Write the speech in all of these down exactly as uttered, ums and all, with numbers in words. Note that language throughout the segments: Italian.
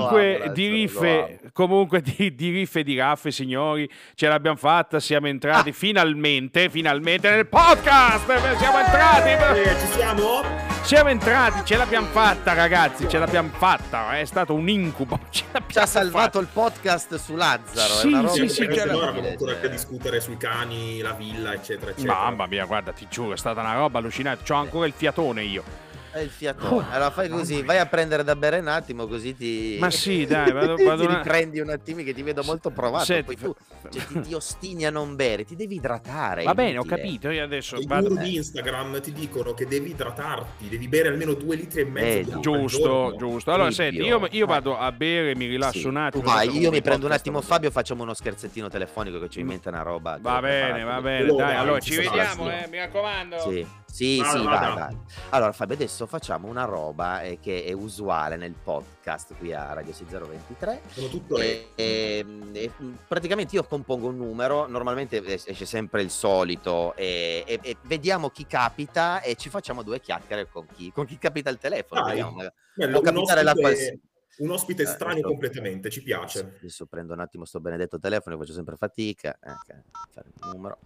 comunque amo, di lo riffe, amo. comunque di, di riffe e di raffe, signori, ce l'abbiamo fatta, siamo entrati Ah. finalmente, finalmente nel podcast, siamo entrati, Eh, ci siamo? siamo entrati, ce l'abbiamo fatta ragazzi, ce l'abbiamo fatta, è stato un incubo, ce Ci l'abbiamo ha salvato fatta. il podcast su Lazzaro. Sì, è una roba sì, sì, perché ce se no l'ha- eravamo ancora incredibile, qui a cioè. discutere sui cani, la villa, eccetera, eccetera. Mamma mia, guarda, ti giuro, è stata una roba allucinante, c'ho ancora il fiatone io. È il fiatone. Allora fai così, vai a prendere da bere un attimo così ti... Ma sì, dai, vado- vado ti una- riprendi un attimo che ti vedo molto provato. Senti, Poi tu fa- cioè, ti, ti ostini a non bere, ti devi idratare. Va è bene, ho inutile. capito, io adesso I vado... guru di Instagram ti dicono che devi idratarti, devi bere almeno due litri e mezzo Vedi. di acqua al Giusto, giorno. giusto. Allora, Cribbio. senti, io, io Eh. vado a bere, mi rilasso Sì, un attimo. tu vai, facciamo io mi un prendo un podcast attimo così. Fabio, facciamo uno scherzettino telefonico che ci inventa una roba. che Va ho bene, preparato. va bene, Allora, dai, dai, allora ci ci sta, vediamo, sì. eh, mi raccomando. Sì, sì, Vada, sì, vada. vai, vai. Allora Fabio, adesso facciamo una roba eh, che è usuale nel podcast qui a Radio sei zero ventitré. Sono tutto E, e- e, praticamente io compongo un numero, normalmente es- esce sempre il solito e, e- e vediamo chi capita e ci facciamo due chiacchiere con chi, con chi capita il telefono. Dai, vediamo, magari- bello, può un capitare la ospite, quals- un ospite Eh, strano adesso- completamente, ci Adesso, piace. adesso prendo un attimo sto benedetto telefono, faccio sempre fatica. Eh, ok, fare il numero.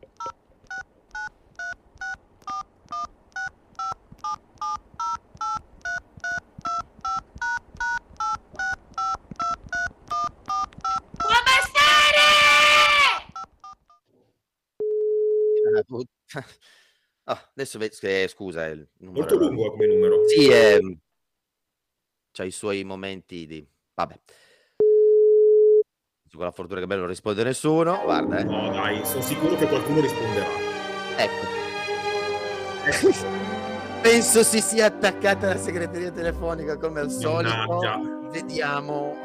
Ah, put- Ah, adesso ve- eh, scusa, il numero Molto era- lungo come numero. Sì, ehm, c'ha i suoi momenti di... Vabbè. Con la fortuna che bello non risponde nessuno. Guarda, eh. No, dai, sono sicuro che qualcuno risponderà. Ecco. Penso si sia attaccata alla segreteria telefonica come al solito. Mannaggia. Vediamo.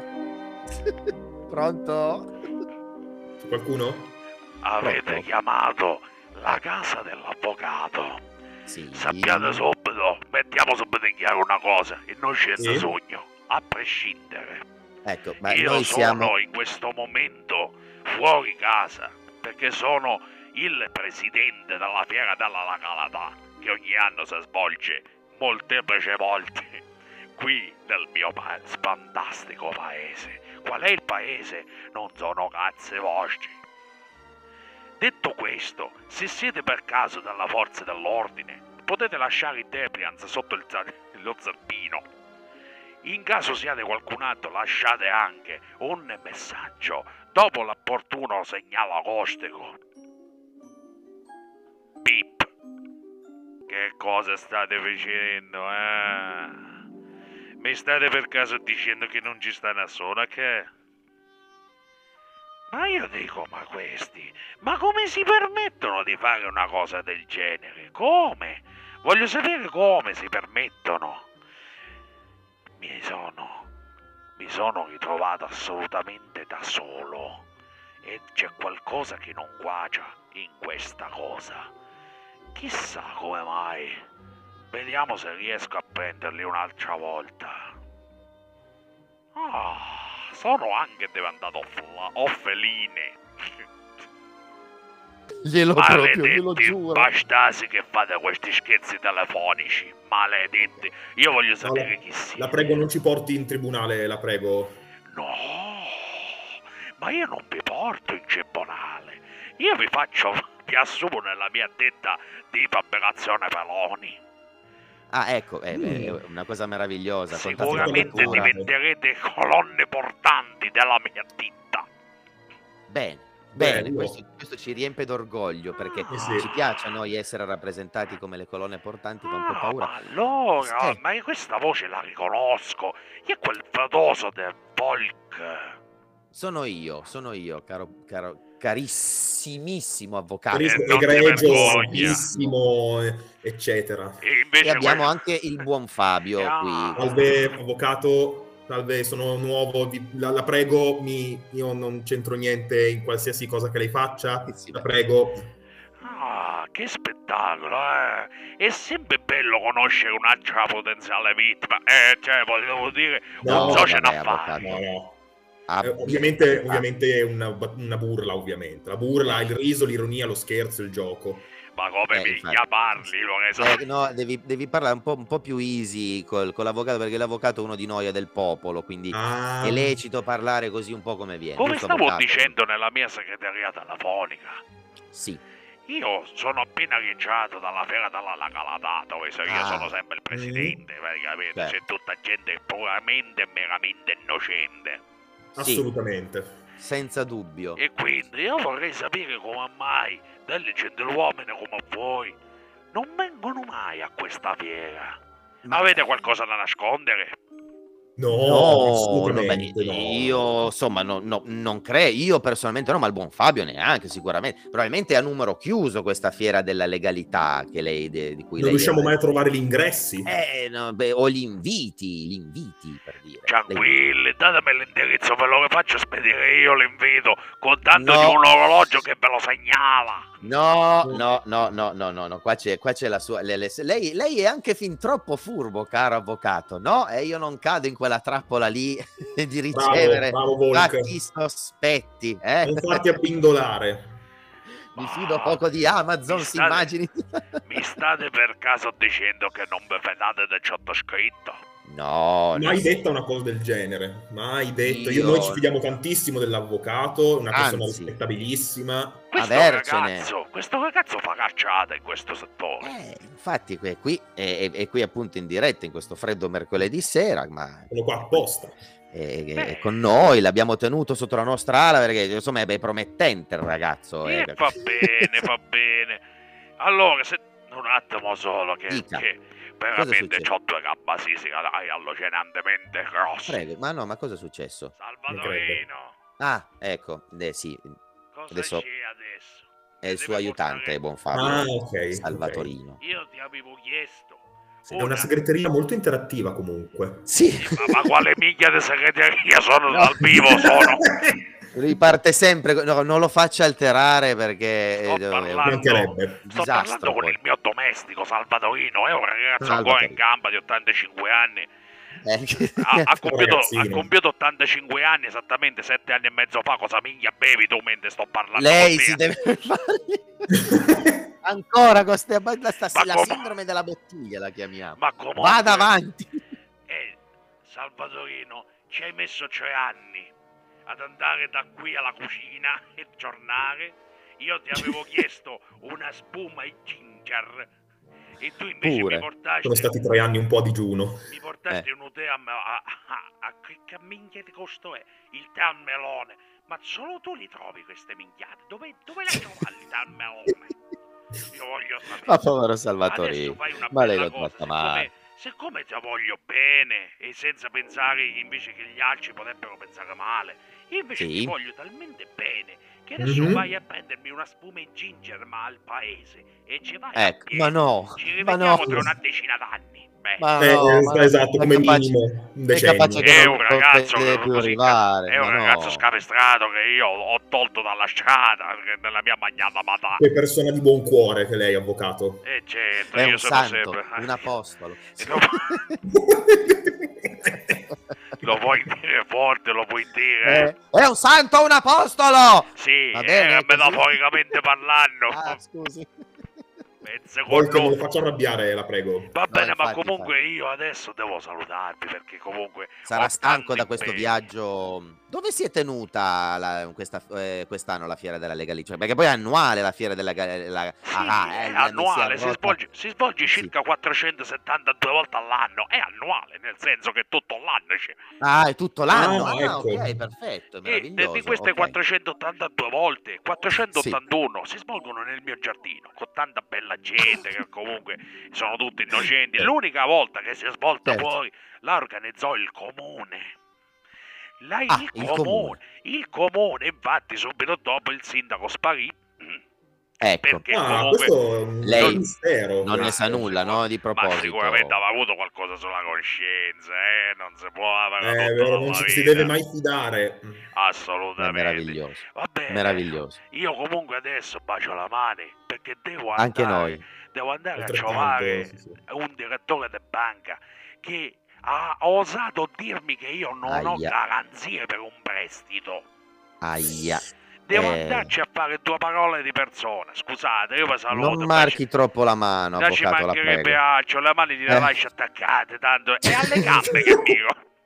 Pronto? C'è qualcuno? Avete Pronto? chiamato la casa dell'avvocato. Sì. Sappiate subito, mettiamo subito in chiaro una cosa, innocente Sì. sogno, a prescindere. Ecco, ma Io noi sono siamo... in questo momento fuori casa, perché sono il presidente della fiera della località, che ogni anno si svolge molteplici volte qui nel mio pa- fantastico paese. Qual è il paese? Non sono cazzi vostri. Detto questo, se siete per caso della forza dell'ordine, potete lasciare i depliance sotto il za- lo zampino. In caso siate qualcun altro, lasciate anche un messaggio dopo l'opportuno segnale acostico. Pip. Che cosa state facendo, eh? Mi state per caso dicendo che non ci sta nessuno, che? Ma io dico, ma questi, ma come si permettono di fare una cosa del genere? Come? Voglio sapere come si permettono. Mi sono, mi sono ritrovato assolutamente da solo e c'è qualcosa che non quacia in questa cosa. Chissà come mai. Vediamo se riesco a prenderli un'altra volta. Ah, sono anche diventato fla- offeline. Glielo proprio, glielo Maledetti giuro. bastasi che fate questi scherzi telefonici. Maledetti. Io voglio No, sapere la, chi siete. la prego, non ci porti in tribunale, la prego. No, ma io non vi porto in tribunale. Io vi faccio, vi assumo nella mia ditta di fabbricazione peloni. Ah, ecco, è, Mm. è una cosa meravigliosa. Sicuramente fantastica lettura. diventerete colonne portanti della mia ditta. Bene, bene, Bello. questo, questo ci riempie d'orgoglio perché Eh sì. ci piace a noi essere rappresentati come le colonne portanti, fa un po' Ah, paura. ma allora, Sì. ma io questa voce la riconosco. Io è quel fatoso del folk. Sono io, sono io, caro, caro, carissimissimo avvocato. Carissimo, Eh, non ti egregio, vergogna. bellissimo, eh, eccetera. E E invece abbiamo quel- anche il buon Fabio Ah. qui. Salve, avvocato. Salve, sono nuovo. vi- La, la prego, mi, io non c'entro niente in qualsiasi cosa che lei faccia. Sì, La beh. prego. Ah, che spettacolo, eh! È sempre bello conoscere un'altra potenziale vittima. Eh, cioè, volevo dire, No, un socio in vabbè, affari. avvocato. No, no. Ah, Eh, ovviamente, ah, ovviamente è una, una burla, ovviamente. La burla, il riso, l'ironia, lo scherzo, il gioco. Ma come Eh, minchia infatti. parli, Lorenzo? Eh, no, devi, devi parlare un po', un po' più easy col- con l'avvocato, perché l'avvocato è uno di noi, è del popolo, quindi Ah, è lecito parlare così un po' come viene, Come giusto, stavo avvocato? dicendo nella mia segreteria telefonica, Sì. io sono appena rientrato dalla fiera della Lagalatà, dove so io Ah. sono sempre il presidente, praticamente. Certo. C'è tutta gente puramente e meramente innocente. Sì, assolutamente. senza dubbio. E quindi io vorrei sapere come mai delle gentiluomini come voi non vengono mai a questa fiera. Ma- Avete qualcosa da nascondere? No, No, no, beh, assolutamente no. io insomma no- no- non credo, io personalmente no, ma il buon Fabio neanche sicuramente. Probabilmente è a numero chiuso questa fiera della legalità che lei, de- di cui Non lei riusciamo è- mai a trovare gli ingressi. Eh, no, beh, o gli inviti, gli inviti per dire. Lei- Tranquilli, datemi l'indirizzo, ve lo faccio spedire io l'invito con tanto No. di un orologio che ve lo segnala. No, no, no, no, no, no, no, qua c'è, qua c'è la sua. le- le- lei, lei è anche fin troppo furbo, caro avvocato, no? E io non cado in quella trappola lì di ricevere bravo, Volk. fatti sospetti, eh? Non farti abbindolare. Mi Ma fido poco di Amazon, mi si state- immagini. Mi state per caso dicendo che non vi fidate del sottoscritto? No, Mai no. detta una cosa del genere. Mai detto. Io, Io- noi ci fidiamo tantissimo dell'avvocato, una persona Anzi. rispettabilissima. Questo Avercene. ragazzo, questo ragazzo fa cacciata in questo settore. Eh, infatti, qui, qui è, è- è qui appunto in diretta in questo freddo mercoledì sera, ma Sono qua apposta. è, è Beh. con noi, l'abbiamo tenuto sotto la nostra ala perché insomma è promettente il ragazzo. E eh. va bene, va bene. Allora, se un attimo solo che, Dica. che veramente succede? ho due gambasisi dai, allucinantemente grossi. Prego, ma no, ma cosa è successo? Salvatorino, Ah, ecco, eh, sì, cosa Adesso- c'è adesso? è il Deve suo aiutante, portare- buon Fabio Ah, ok. Salvatorino. Io ti avevo chiesto È una segreteria molto interattiva comunque. Sì, Ma, ma quale minchia di segreteria sono dal vivo? Sono. lui parte sempre, no, non lo faccia alterare perché Sto eh, è un parlando. Mancherebbe. Sto disastro. parlando con poi. il mio domestico Salvatorino, è un ragazzo ancora Salvatorino. in gamba di ottantacinque anni. Eh, Ha, ha compiuto, Ragazzino. ha compiuto ottantacinque anni, esattamente sette anni e mezzo fa. Cosa minchia bevi tu mentre sto parlando Lei con te? si deve fare ancora con ste- la, sta- Ma la come- sindrome della bottiglia la chiamiamo. Ma comunque, Vada avanti. eh, Salvatorino, ci hai messo tre anni ad andare da qui alla cucina e tornare. Io ti avevo chiesto una spuma e ginger e tu invece Pure. mi portasti Sono stati tre anni un po' a digiuno. mi portasti Eh. un tè a, me- a, a, a che che minchia di costo è? Il tè al melone. Ma solo tu li trovi queste minchiate? Dove, dove le trovi il tè al melone? Io voglio sapere. Ma povero Adesso Salvatorino, fai una ma lei bella lo cosa, tratta male. siccome, siccome ti voglio bene e senza pensare invece che gli altri potrebbero pensare male, io invece Sì. ti voglio talmente bene che adesso Mhm. vai a prendermi una spuma in ginger ma al paese e ci vai a Ecco, piedi. ma no, Ci ma rivediamo no, tra una decina d'anni. Beh, ma Eh, no, eh, ma no, esatto, è come capace- minimo un è decennio. capace che è non un ragazzo deve che più così- arrivare, è un ma ragazzo no. scapestrato che io ho tolto dalla strada perché nella mia magnata matata. Che persona di buon cuore che lei, avvocato. E certo, È io un sono santo, sempre un apostolo. E lo, lo vuoi dire forte, lo puoi dire? Eh, è un santo o un apostolo! Sì, Va bene, eh, così. metaforicamente parlando. Ah, scusi. E Volk, non lo secondo... faccio arrabbiare, la prego. Va bene, ma infatti, comunque io adesso devo salutarvi perché comunque Sarà ho stanco tanti da questo impegni. viaggio. Dove si è tenuta la- questa- eh, quest'anno la fiera della legalità? Cioè, perché poi è annuale la fiera della legalità. Sì, Ah, è eh, annuale, si rotta- svolge, si svolge Sì. circa quattrocentosettantadue volte all'anno, è annuale, nel senso che tutto l'anno c'è. Ah, è tutto l'anno. Ah, Ah, ecco. ok, perfetto, è E meraviglioso. di queste ok. quattrocentottantadue volte, quattrocentottantuno si svolgono nel mio giardino, con tanta bella gente che comunque sono tutti innocenti. Certo. L'unica volta che si è svolta Certo. fuori la organizzò il comune. La- Ah, il, il comune. comune. Il comune, infatti, subito dopo il sindaco sparì. Ecco, Perché Ah, comunque questo è un Lei mistero. non ne sa questo. nulla, no? Di ma proposito. sicuramente aveva avuto qualcosa sulla coscienza, eh? Non si può avere Eh, tutto vero, nella non ci si vita. deve mai fidare. È Assolutamente. meraviglioso. Va bene. Meraviglioso. Io comunque adesso bacio la mano perché devo andare, Anche noi. devo andare a Altrettanto, trovare sì, sì. un direttore di banca che ha osato dirmi che io non ho Aia. garanzie per un prestito. Aia. Devo Eh. andarci a fare due parole di persona. Scusate, io vi saluto. Non marchi troppo la mano, Non ci avvocato, la mancherebbe prego. altro, le mani ti le Eh. lascio attaccate, tanto è alle gambe che dico.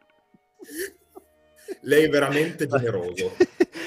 Lei è veramente generoso.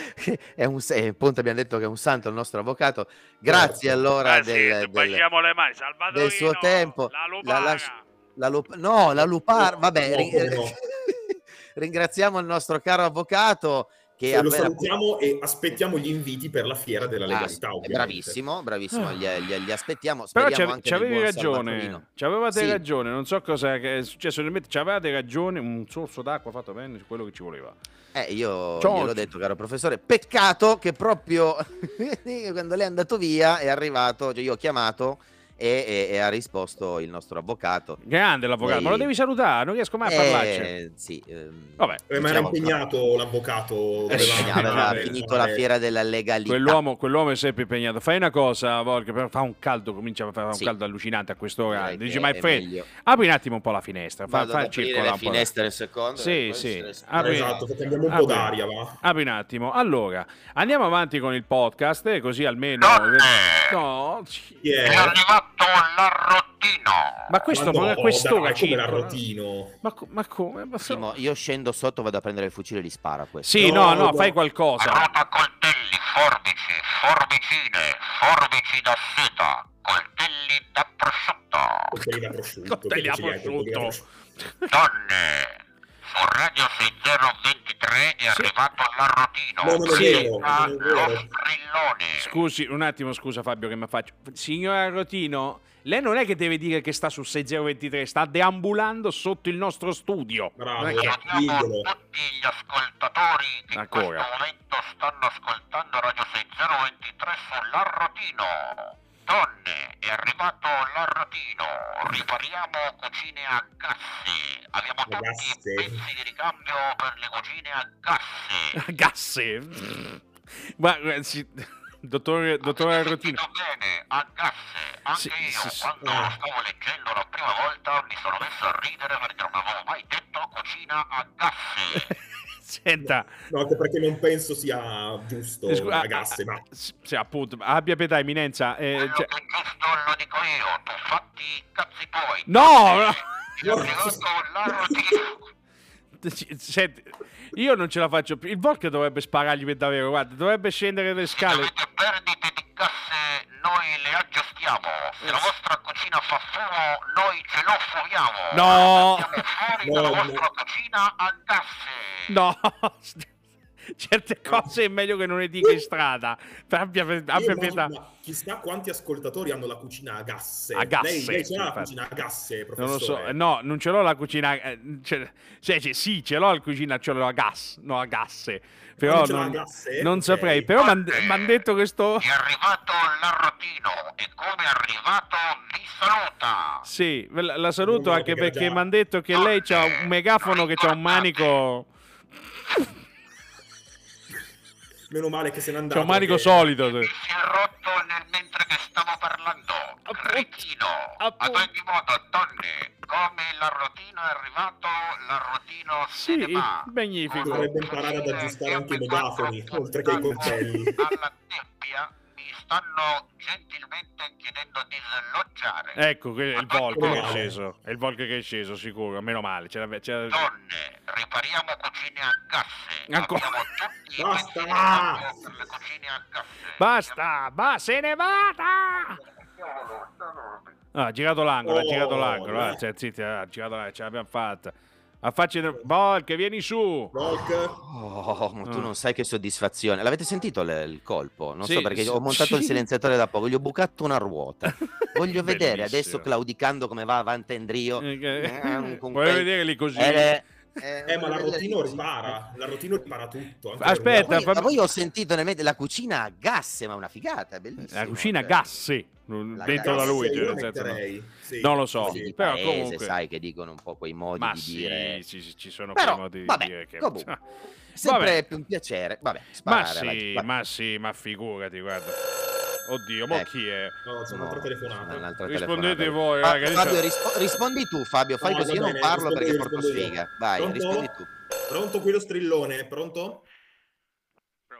È un, è, appunto abbiamo detto che è un santo il nostro avvocato. Grazie Certo. allora Ah, sì, del, del, baciamo le mani, Salvatorino, del suo tempo. la La, lupara. la, la lup- no, la Lupar, vabbè, No, ri- come no. ringraziamo il nostro caro avvocato che E lo appena- salutiamo e aspettiamo gli inviti per la fiera della Ah, legalità, sì, ovviamente. bravissimo, bravissimo, gli, gli- gli aspettiamo. Però Speriamo c'ave- anche nel c'avevi buon ragione, Salvatorino. c'avevate Sì. ragione, non so cosa che è successo nel mentre, c'avevate ragione, un sorso d'acqua fatto bene, quello che ci voleva. Eh, io Ciao. gliel'ho detto, caro professore, peccato che proprio quando lei è andato via è arrivato, cioè io ho chiamato e, e- e ha risposto il nostro avvocato. Grande l'avvocato, Lei- ma lo devi salutare, non riesco mai a parlarci. Eh, sì, ehm, Vabbè, Eh, ma era diciamo- impegnato l'avvocato. Eh, doveva- sì, aveva vabbè, finito fare- la fiera della legalità. Quell'uomo, quell'uomo è sempre impegnato. Fai una cosa, Volker, però fa un caldo, comincia a fare un Sì. caldo allucinante a quest'ora. Direi Dici, che ma è è freddo. meglio. Apri un attimo un po' la finestra, fa, Vado fa ad il aprire circolo le un po'. finestre un secondo. Sì, per sì. essere- Apri- Esatto, cambiamo un po' apri- d'aria, va. Apri un attimo. Allora, andiamo avanti con il podcast, eh, così almeno... Donne! No, ci- Chi è? È arrivato l'arrotino. ma questo Ma non è no, quest'ora, dai, come circola. l'arrotino. Ma, co- ma come? Ma so- Simo, io scendo sotto, vado a prendere il fucile e li sparo a questo. Sì, no, No, no, no. fai qualcosa. Rota coltelli, forbici, forbicine, forbici da seta, coltelli da prosciutto. Coltelli da prosciutto. Coltelli che a ce li hai, coltelli da prosciutto. Donne, su Radio sei zero ventitré è arrivato l'arrotino. No, non è Sì. vero, Ah, non è lo vero. strillone. Scusi, un attimo, scusa Fabio che mi faccio. Signora Rotino, lei non è che deve dire che sta su sei zero ventitré, sta deambulando sotto il nostro studio. Bravo. Non è che- Salutiamo Diglielo. tutti gli ascoltatori che in Ancora. questo momento stanno ascoltando Radio sei zero ventitré sull'arrotino. Donne, è arrivato l'arrotino. Ripariamo cucine a gasse. Abbiamo tutti Gasse. i pezzi di ricambio per le cucine a gasse. Gasse. Ma eh, sì, dottore, dottore Avete Rotino. sentito bene, a gasse. Anche Sì, io, sì, sì. quando Ah. lo stavo leggendo la prima volta, mi sono messo a ridere perché non avevo mai detto cucina a gasse. Senta, No, anche perché non penso sia giusto eh, scu- ah, ragazze, ma ah, s- sì, appunto, abbia pietà, eminenza. eh, Quello cioè- che è giusto lo dico io, tu fatti i cazzi tuoi. No, no. È arrivato l'arrotino. C- Senti, io non ce la faccio più. Il Volker dovrebbe sparargli per davvero, guarda, dovrebbe scendere le Se scale. avete perdite di gasse, noi le aggiustiamo. Se la vostra cucina fa fumo, noi ce lo fumiamo. No. Siamo fuori No, dalla no. vostra cucina a gasse. No, certe cose è meglio che non le dica in strada. Abbia, io abbia immagino- pietà. ma chissà quanti ascoltatori hanno la cucina a gasse. A gasse, Lei, lei ce l'ha la infatti. cucina a gasse, professore? Non lo so, eh, no, non ce l'ho la cucina. eh, ce- cioè, cioè, sì, ce l'ho la cucina, ce l'ho a gas, no a gasse. Però non ce l'ha non, a gasse? non Ok. saprei. Però mi hanno detto che sto. È arrivato l'arrotino e come è arrivato vi saluta. Sì, la, la saluto Non anche perché perché già- mi hanno detto che lei c'ha un megafono che c'ha un manico. Meno male che se n'è andato. C'ha un manico che- solido. Mi si è rotto nel mentre che stavo parlando. Appunto. Cretino. Appunto. Ad ogni modo, donne, come l'arrotino è arrivato, l'arrotino se Sì, ne va. magnifico. Dovrebbe imparare ad aggiustare anche i megafoni, oltre che i coltelli. Alla nebbia mi stanno gentilmente chiedendo di sloggiare. Ecco, que- è il Volker che è Male. sceso. È il Volker che è sceso, sicuro. Meno male. C'era, c'era... Donne, ripariamo cucine a gasse. Ancora. Abbiamo tutti i Basta! pezzi di ricambio per le cucine a gasse. Basta, ma se ne vada! Ah, ha girato l'angolo, ha Oh, girato l'angolo. eh. Eh, cioè, zitti, ha girato l'angolo, ce l'abbiamo fatta. Affacci Volker, vieni su. Volk, Oh, ma tu Ah. non sai che soddisfazione. L'avete sentito le- il colpo? Non Sì, so perché sì, ho montato il sì. silenziatore da poco, gli ho bucato una ruota. Voglio vedere Bellissimo. adesso claudicando come va avanti Endrio. Eh, che- Eh, con Voglio quel- vedere lì così. Eh, eh, ma la rotino ripara. La rotino ripara tutto. anche Aspetta, le ruote. Poi, fa- ma poi ho sentito nel mente la cucina a gas, ma è una figata, è bellissima. La cucina a cioè. gas, sì. La Dentro gas, da lui. Sì, cioè, io nel senso, no. metterei, sì. Non lo so, Quelli di però paese, comunque... sai che dicono un po' quei modi Ma di sì, dire. sì, sì, ci sono Però, quei modi vabbè, di dire che... comunque, Ah, Sempre vabbè. più un piacere. Vabbè, Ma sparare. sì, vai, ma sì, ma figurati, guarda. Oddio, mo Ecco. chi è? No, c'è No, un'altra telefonata. un'altra Rispondete telefonata. voi, Ah, raga. Fabio, dice- rispo- rispondi tu, Fabio. Fai No, così, va io non bene, parlo rispondo perché io, porto rispondo io. sfiga. Vai, Pronto? rispondi tu. Pronto qui lo strillone, pronto? Pronto, guarda,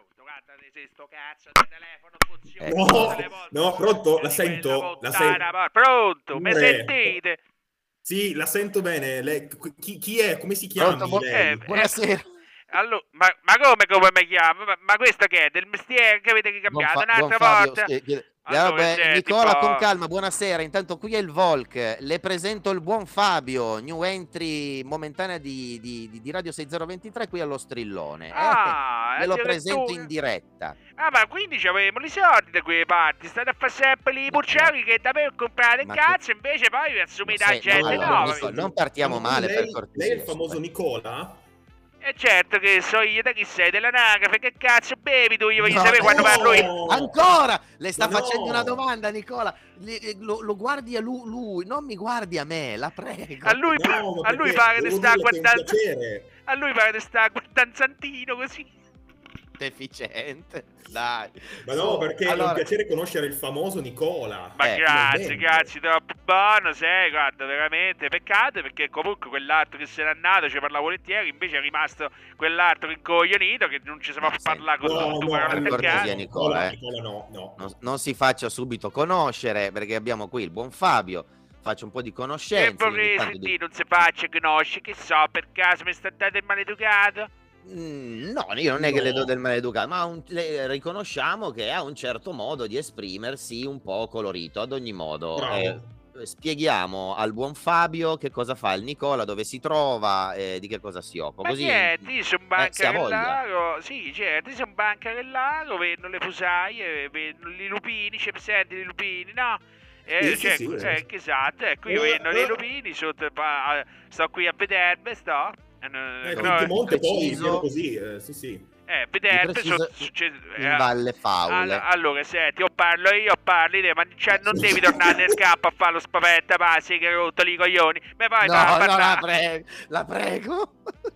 guardate se sto cazzo di telefono funziona Eh, tutte le No, volte. no, pronto, la Di sento, quella la puttana, sento. ma- Pronto, mi Eh. sentite? Sì, la sento bene. Lei- chi, chi è? Come si Pronto, chiami buon- lei? Eh, Buonasera. Allora, ma, ma come come mi chiamo? Ma, ma questo che è? Del mestiere che avete Buon, cambiato Fa- buon un'altra Fabio, volta? sì, chiede- Allora, vabbè, senti, Nicola, po'. con calma, buonasera. Intanto qui è il Volk. Le presento il buon Fabio, new entry momentanea di, di- di- di Radio sei zero due tre qui allo Strillone. Eh, Ah, ve lo addirittura. presento in diretta. Ah, ma quindi c'avevamo i soldi da quelle parti, state a fare sempre i purciari che da me comprate Ma cazzo, invece poi vi assumete Ma la se- gente no, allora, nuova. Nicola, non partiamo Ma male, lei, per cortesia. lei è il famoso su, Nicola? E certo che so io, da chi sei? Dell'anagrafe, che cazzo bevi tu? Io voglio No, sapere quando no! parlo io. Ancora! Le sta Ma no! facendo una domanda, Nicola. Le- lo, lo guardi a lui, lui, non mi guardi a me, la prego. A lui, No, ma a lui perché pare che devo sta dirle che è un guardando. piacere. A lui pare che sta guardando Santino così. Deficiente, dai. Ma no, Su, perché è allora- un piacere conoscere il famoso Nicola. Ma Eh, grazie, finalmente. grazie, troppo buono, sei, guarda, veramente peccato perché comunque quell'altro che se n'è andato ci parla volentieri, invece è rimasto quell'altro incoglionito che non ci si può Ma sì. parlare con No, tu, no, parole per per cortesia, caso. Nicola, eh. Nicola no, no. Non, non si faccia subito conoscere perché abbiamo qui il buon Fabio. Faccio un po' di E conoscenze. ogni vorrei tanto di- sentire, non si faccia conoscere, che so, per caso mi sta dando il maleducato? Mm, no, io non è che le do No. del maleducato, ma un- le- riconosciamo che ha un certo modo di esprimersi un po' colorito. Ad ogni modo, Bravo. eh, spieghiamo al buon Fabio che cosa fa il Nicola, dove si trova, e di che cosa si occupa. Ma Così, niente, io sono eh, si ha banca del voglia. lago, sì, certo, io sono banca del lago, vedo le fusaie, vedo i lupini, c'è presente i lupini, no? Eh, Sì, sì, cioè, sì, eh, eh. esatto, ecco, io Eh, vedo eh. i lupini, sotto, pa- sto qui a vedermi, sto. Eh, no, Eh, No, qui in no, Piemonte poi preciso- vero così, eh, sì sì. eh, di vedermi, preciso sotto, c'è- in eh, Valle Faule. All- allora, senti, o parlo io o parli te, ma cioè, non devi tornare nel campo a fare lo spaventa passi che hai rotto i coglioni. Ma poi No, fa no, la parlare. prego, la prego.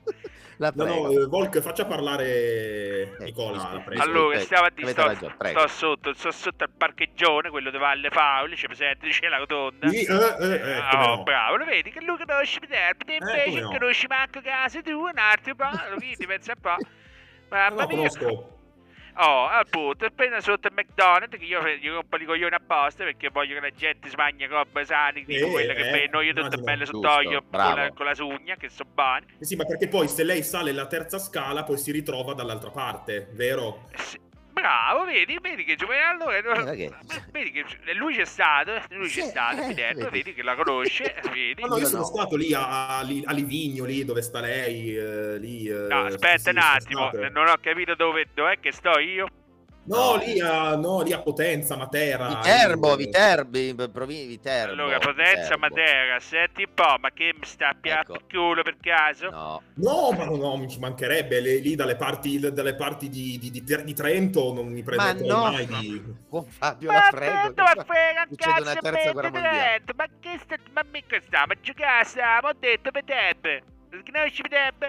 La No, prego. no, eh, Volk, faccia parlare Eh, Nicola, scusi. la prego. Allora, Avete stavo a dire, sto, ragione, prego. sto sotto, sto sotto al parcheggione, quello di Valle Fauli, c'è presente, c'è la rotonda. Sì, eh, eh, eh, come oh, no. bravo, lo vedi che lui conosce Viterbo, te invece come no. conosci manco casa tu, un altro po', quindi pensa un po'. Mamma No, no, mia. conosco. Oh, appunto, appena sotto il McDonald's, che io gli rompo i coglioni apposta perché voglio che la gente si mangi robe sane, tipo Eh, quelle che eh, vedo io tutte immagino. belle Giusto, sott'olio con bravo. la, con la sugna, che so buone. Eh sì, ma perché poi se lei sale la terza scala poi si ritrova dall'altra parte, vero? Eh sì, bravo, vedi, vedi che cioè, allora, Eh, che- vedi che lui c'è stato, lui c'è Sì, stato, eh, Viterbo, vedi. vedi che la conosce, vedi. Ma no, io Io sono no. stato lì a, a, lì- a Livigno, lì dove sta lei, eh, lì... eh, No, aspetta sì, un sono attimo, stato. non ho capito dove, dov'è che sto io. No, No. lì a, no, lì a Potenza, Matera. Viterbo, lì, eh. Viterbo, provi- Viterbo. Allora, Potenza, Viterbo. Matera, senti un po', ma che mi sta a piatto Ecco. il culo per caso? No, No, ma no, no, mi ci mancherebbe. Le- lì dalle parti, dalle parti di, di- di- di Trento non mi ma prendo no, mai di... buon Fabio, Ma la prego. tanto che ma qua frega succede cazzo una e terza guerra mette mondiale. dentro, ma che sta, ma mica stiamo a giocare, stiamo, ho detto Viterbo, conosci Viterbo?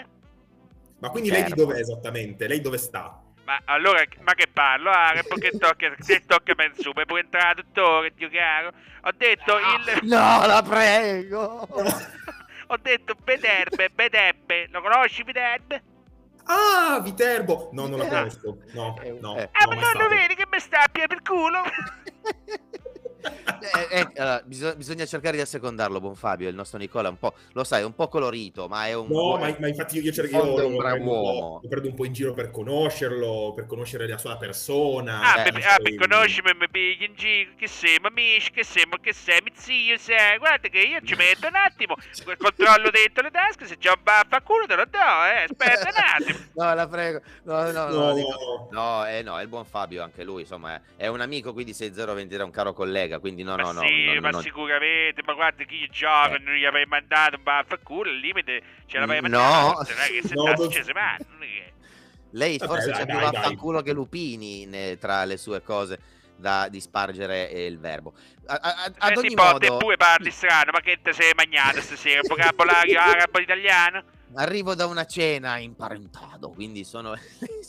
Ma quindi lei di Viterbo. dov'è esattamente? Lei dove sta? Ma allora, ma che parlo? Ah, che poi che tocca, che tocca per su, può entrare dottore, Dio caro. Ho detto il... No, la prego. Ho detto Viterbo, Viterbo, lo conosci Viterbo? Ah, Viterbo! No, non la Eh. conosco. No, Eh, no, eh. Ah, no, ma mai non lo stato. vedi che mi sta a piedi per culo? Eh, eh, allora, bisog- bisogna cercare di assecondarlo, buon Fabio. Il nostro Nicola è un po', lo sai, è un po' colorito, ma è un No, buon- ma, ma infatti io, cerco, in fondo io è un lo, bravo prendo un po', uomo. lo prendo un po' in giro per conoscerlo, per conoscere la sua persona. Ah, Eh, per, poi- ah, per conoscermi mi pigli in giro, che siamo amici, che siamo, che sei, mi zio, sei. Guarda che io ci metto un attimo, controllo dentro le tasche, se c'è un baffa a culo te lo do, eh, aspetta un attimo. No, la prego. No, no, no. No, dico- No, eh, no, è il buon Fabio anche lui, insomma, è, è un amico qui di sei zero due tre, un caro collega, quindi no, ma no, no. sì, no, no, ma no. sicuramente, ma guarda che io gioco, Eh. non gli avrei mandato un baffa a culo, al limite ce l'avrei No. mandato, non è che se No, no, non- succede mai, non è che... Lei Vabbè, forse dai, c'è più dai, dai. vaffanculo che Lupini ne- tra le sue cose da di spargere eh, il verbo. A- a- a- ad Senti ogni un po', te modo, pure parli strano, ma che te sei mangiato stasera, un vocabolario arabo italiano? arrivo da una cena imparentato, quindi sono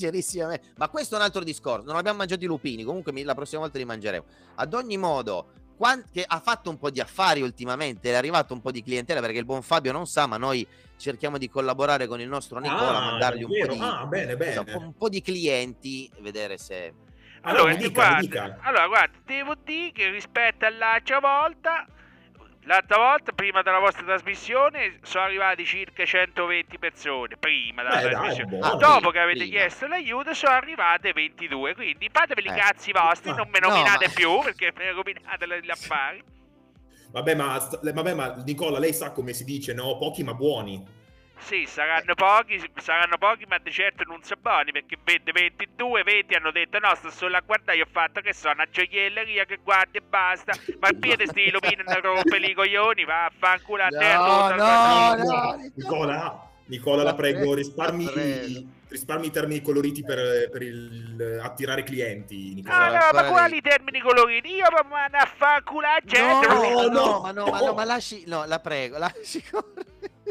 leggerissimamente. Ma questo è un altro discorso. Non abbiamo mangiato i lupini, comunque mi- la prossima volta li mangeremo. Ad ogni modo, Quan- che ha fatto un po' di affari ultimamente, è arrivato un po' di clientela, perché il buon Fabio non sa, ma noi cerchiamo di collaborare con il nostro Nicola, Ah, mandargli un po' davvero? di, Ah, bene, bene. esatto, un po' di clienti, vedere se... Allora, mi ti dica, mi guarda, dica. allora, guarda, devo dire che rispetto all'altra volta, l'altra volta, prima della vostra trasmissione, sono arrivati circa centoventi persone, prima della Beh, dai, trasmissione. buono. Ah, Dopo prima, che avete prima. chiesto l'aiuto, sono arrivate ventidue, quindi fatevi i Eh. cazzi vostri, Ah, non me no, nominate ma- più, perché me ne rovinate le- gli affari. Vabbè ma, vabbè, ma Nicola, lei sa come si dice, no? Pochi ma buoni. Sì, saranno pochi, saranno pochi, ma di certo non so buoni, perché vede ventidue, venti hanno detto no, sto solo a guardare, io ho fatto che so, una gioielleria che guardi e basta, ma il piede sti illumina e rompe i coglioni, va a fanculo a te, No, tutto, no, il- no, Nicola, Nicola, la La prego, prego, risparmi, la prego. risparmi i termini coloriti per, per il, attirare clienti, No, Nicola. no, ma ancora quali lei. termini coloriti? Io ma mando a fanculo a No, gente, no, non mi- ma no, no, ma no, ma no, no. ma lasci, no, la prego, lasci correre.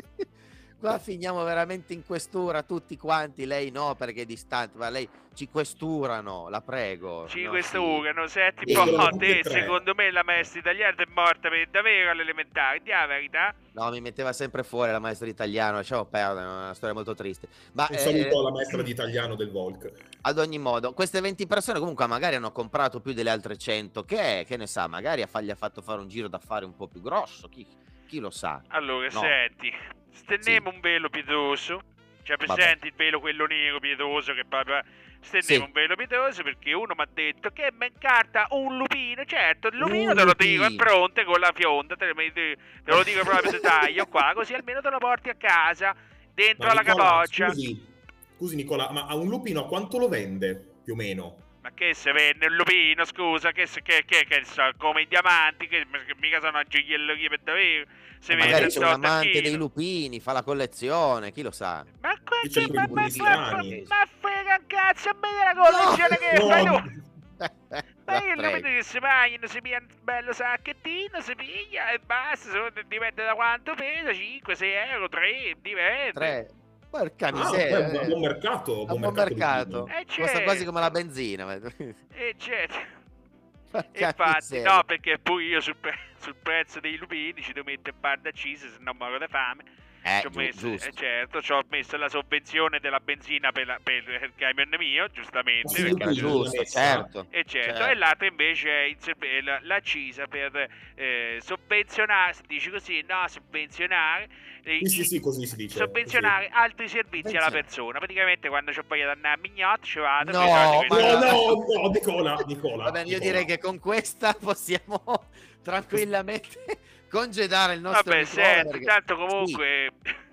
Qua finiamo veramente in questura tutti quanti, lei no perché è distante, ma lei ci questurano, la prego. Ci no, questurano, senti Sì, un po', sono tutti te, e tre. secondo me la maestra italiana è morta per davvero all'elementare, di la verità? No, mi metteva sempre fuori la maestra di italiano, lasciamo perdere, è una storia molto triste. Ma Un eh, saluto alla maestra di italiano del Volk. ad ogni modo, queste venti persone comunque magari hanno comprato più delle altre cento, che, che ne sa, magari a fa- gli ha fatto fare un giro d'affari un po' più grosso, chi, chi lo sa. Allora, No. senti, stendiamo un velo pietoso. Cioè, Vabbè. presenti il velo quello nero pietoso che proprio... Stendiamo Sì. un velo pietoso perché uno mi ha detto che mi incarta un lupino. Certo, il lupino Un te lo dico a lupino. fronte con la fionda, te, te- te lo dico proprio di taglio qua, così almeno te lo porti a casa, dentro Ma alla Nicola, capoccia. scusi, scusi Nicola, ma a un lupino a quanto lo vende, più o meno? Ma che se vende il lupino, scusa, che, se- che, che, che so, come i diamanti, che, che mica sono una gioielleria per davvero. Se vende Magari c'è un sotto a amante chilo. dei lupini, fa la collezione, chi lo sa. Ma qua Io cerco ma, i ma, lupini ma, strani. ma frega un cazzo a me della collezione che No, fai no. tu? Ma La io lo prego. vedo che si mangiano, si piglia un bello sacchettino, si piglia e basta, sono- dipende da quanto pesa, cinque, sei euro, tre, dipende. Tre. Porca Ah, miseria. beh, buon- buon mercato, A buon buon mercato mercato. lupino. Eh, Costa certo. quasi come la benzina. ma- Eh, certo. Porca Infatti, miseria. no, perché poi io sul, pre- sul prezzo dei lupini ci devo mettere un par d'accise, se no muoio di fame. Eh, Ci ho giu- messo, giusto. eh, certo, ci ho messo la sovvenzione della benzina per, la- per il camion mio, giustamente. Ma sì, perché- Che era lupini, giusto, l'ha messa? certo. E certo, certo. e l'altra invece è il serve- la- l'accisa per eh, sovvenzionare, si dice così, no, sovvenzionare, eh, Sì, sì, i- sì, così si dice. sovvenzionare altri servizi alla Sovvenzione. persona. Praticamente quando c'ho voglia di andare a Mignotte ci vado. No, mi soldi Sì. ma- questi- No, no, no, Nicola, Nicola. Va bene, io Nicola. direi che con questa possiamo tranquillamente congedare il nostro Vabbè, Nicola, senti, perché- tanto comunque...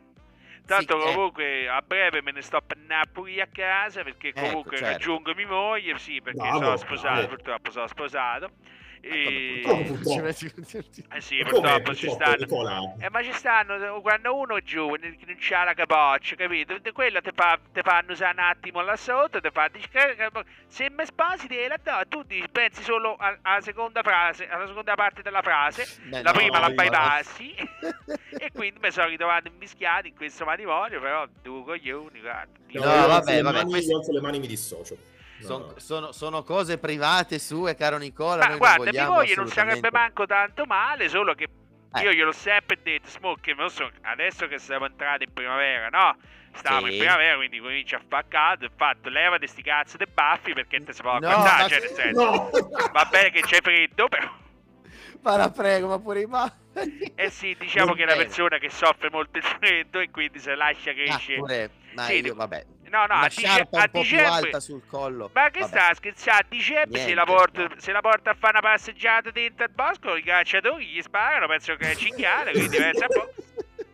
Tanto Sì, eh. comunque a breve me ne sto per andare pure io a casa perché Ecco, comunque certo. raggiungo mia moglie, sì, perché Bravo, sono sposato, bravo. purtroppo sono sposato. E... come purtroppo? Eh sì, Ma come, purtroppo ci purtroppo, stanno. Nicola? Eh, ma ci stanno, quando uno è giovane, che non c'ha la capoccia, capito? De- Quello ti fa, ti fanno usare un attimo là sotto, ti fa, dici, che- che- se mi sposi te la do, tu dici, pensi solo a- alla seconda frase, alla seconda parte della frase, Beh, la no, prima la io- bypassi, e quindi mi sono ritrovato invischiato in questo matrimonio, però due coglioni, guarda. Dio No, No, io vabbè, alzo le vabbè, mani, questi- io alzo le mani e mi dissocio. No, Son- no. sono, sono cose private sue, caro Nicola. Ma noi non guarda, mia vogliamo moglie non sarebbe assolutamente- manco tanto male, solo che Eh. io gliel'ho sempre detto, Smo, che non so, adesso che siamo entrati in primavera, no? Stiamo Sì. in primavera, quindi comincia a far caldo, il fatto, levati sti cazzo dei baffi perché te si può No, accattare, ma cioè sì- nel senso, No! va bene che c'è freddo, però... Ma la prego, ma pure i baffi. Eh sì, diciamo Non che è una bene. persona che soffre molto il freddo e quindi se lascia Ah, crescere... pure, ma Sì, io, dico- vabbè. No, no, a, Una dice- sciarpa a un po' più dicembre... alta sul collo. Ma che Vabbè. sta scherzando? A dicembre se, Niente, la porta, no. se la porta a fare una passeggiata dentro al bosco, i cacciatori gli sparano, penso che è cinghiale, quindi pensa un po'.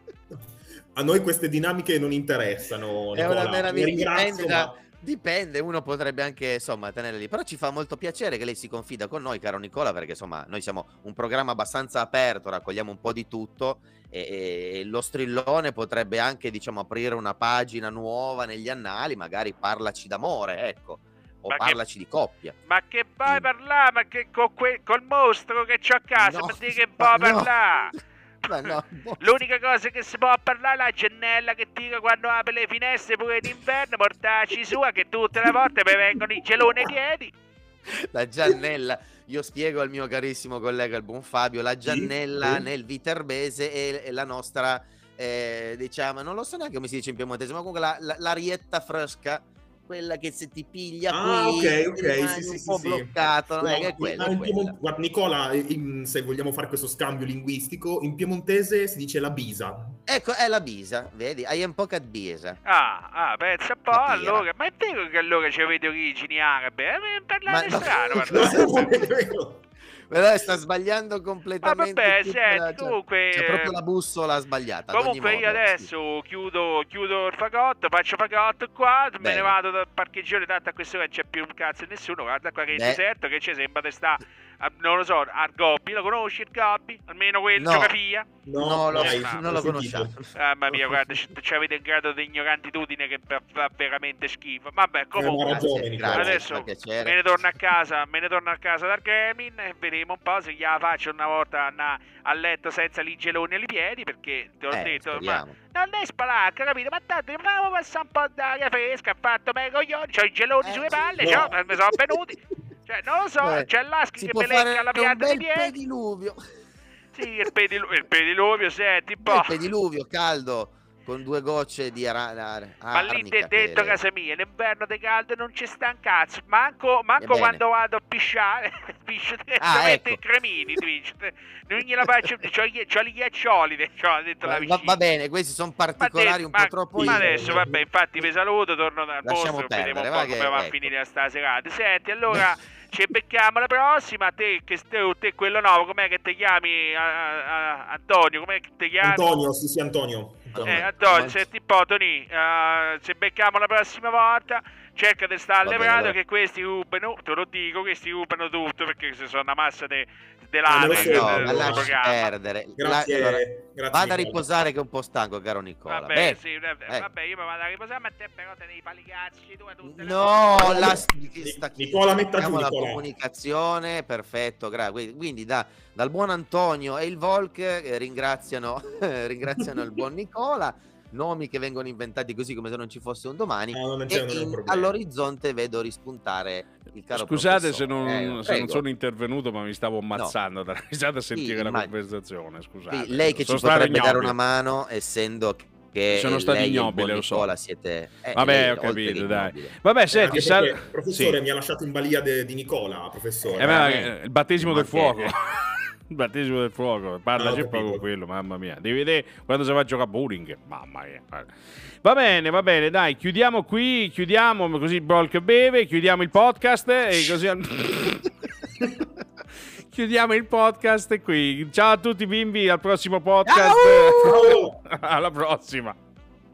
A noi queste dinamiche non interessano, È Nicola. una meraviglia, Mi ringrazio, dipende, da- ma- dipende, uno potrebbe anche insomma tenere lì, però ci fa molto piacere che lei si confida con noi, caro Nicola, perché insomma noi siamo un programma abbastanza aperto, raccogliamo un po' di tutto e, e lo strillone potrebbe anche diciamo aprire una pagina nuova negli annali, magari parlaci d'amore, ecco, o Ma che- parlaci di coppia. Ma che vuoi Sì. parlare? Ma che con que- col mostro che c'ho a casa, No, ma di che ma vuoi no. parlare? Ma no, boh. L'unica cosa che si può parlare è la gennella che tira quando apre le finestre pure d'inverno, mortacci sua che tutte le volte mi vengono i geloni ai piedi. La Giannella, io spiego al mio carissimo collega il buon Fabio, la Giannella sì. nel viterbese è, è la nostra, eh, diciamo, non lo so neanche come si dice in piemontese, ma comunque la, la, l'arietta fresca, quella che se ti piglia Ah, qui ok, ok, rimani sì, un sì, po' sì, sì. bloccato, non è Guarda, che è quello, ah, è in quella. Piemont- guarda, Nicola, in- se vogliamo fare questo scambio linguistico, in piemontese si dice la bisa. Ecco, è la bisa, vedi? Hai un po' che bisa. Ah, ah, pensa un po', Capira. allora. Ma è vero che allora ci avete origini arabe? Eh, parlate Ma- strano, No, parlate. non è vero. Però sta sbagliando completamente. Ah, vabbè, tutta senti, la- cioè, comunque, c'è proprio eh, la bussola sbagliata. ad ogni Comunque io modo, adesso chiudo, chiudo il fagotto, faccio fagotto qua, me Bene. ne vado dal parcheggione, tanto a quest'ora non c'è più un cazzo di nessuno, guarda qua che è il Beh. deserto, che ci sembra di sta, a- non lo so, al Gobbi, lo conosci il Gobbi? Almeno quel No. geografia? No, lo- mai, non mai lo sentito. conosciamo. Mamma mia, guarda, c- c- avete un grado di ignorantitudine che fa fa veramente schifo. Vabbè, Eh, comunque, ma ragione, Grazie, Nicola. grazie, adesso fa piacere. me ne torno a casa, me ne torno a casa dal Gremlin e vedremo un po' se gliela faccio una volta a, a letto senza i geloni ai piedi, perché te l'ho Eh, detto, ma speriamo. non è spalacca, capito? Ma tanto facciamo passare un po' d'aria fresca, ha fatto me coglioni, c'ho i geloni Eh, sulle palle, no. c'ho- mi sono venuti. Cioè, non lo so, Eh, c'è l'aschi si che può mi lecca fare la un pianta dei bel piedi. pediluvio. Sì, il, pedilu- il pediluvio, senti un po'. Il pediluvio caldo con due gocce di ara- ar- Ma lì arnica de- dentro che- casa mia, l'inverno di caldo non ci sta un cazzo. Manco, manco Ebbene. quando vado a pisciare, piscio Ah, direttamente ecco. i cremini. tu dici. Non gliela faccio, c'ho, gli- c'ho gli ghiaccioli c'ho dentro la Va, piscina. va- va bene, questi sono Ma particolari de- un ma- po' troppo ma io- adesso vabbè, infatti vi saluto, torno dal Lasciamo mostro, vediamo un perdere, po' va come che- va a ecco. finire sta serata. Senti, allora ci becchiamo la prossima. Te, che te, te quello nuovo, com'è che ti chiami? A- a- a- Antonio, com'è che ti chiami? Antonio, sì, sì, Antonio. Allora, Eh, Come- Antonio, come- senti un po', Tony, eh, se becchiamo la prossima volta, cerca di stare Va bene, levato allora. che questi rubano, te lo dico, questi rubano tutto perché se sono una massa di Eh, ladri me lo del, so, no, del ma del lasci programma. perdere. Grazie, La- allora, grazie. vada a Nicola. riposare che è un po' stanco, caro Nicola. Vabbè, Bene. sì, vabbè, Eh. vabbè, io mi vado a riposare, ma te però te devi fare i cazzi tu a tutte le No, volte. la Ni- sta- Nicola, metta giù, chiamo la Nicola. comunicazione, perfetto, gra- quindi quindi da- dal buon Antonio e il Volk eh, ringraziano, ringraziano il buon Nicola, nomi che vengono inventati così come se non ci fosse un domani, No, non c'è e non è un in- problema. all'orizzonte vedo rispuntare il caro Scusate se professore. non, Eh, se non prego. sono intervenuto, ma mi stavo ammazzando dalla risata a sentire la immagino. conversazione. Scusate, Sì, lei che sono ci stato potrebbe dare ignobile. una mano, essendo che Sono stato lei e il ignobile, buon lo so. Nicola siete eh, Vabbè, lei, ho oltre che capito, dai. ignobile. Vabbè, Eh, senti, anche sal- perché, professore, sì. mi ha lasciato in balia de- di Nicola, professore. Eh, ma, veramente. eh, il battesimo Ma del che- fuoco. Il battesimo del fuoco. Parla Ah, ho sempre capito. con quello, mamma mia. Devi vedere quando si va a giocare a bowling. Mamma mia. guarda. Va bene, va bene, dai, chiudiamo qui, chiudiamo così il Bolk beve, chiudiamo il podcast e così... chiudiamo il podcast qui. Ciao a tutti bimbi, al prossimo podcast. Ciao! Alla prossima.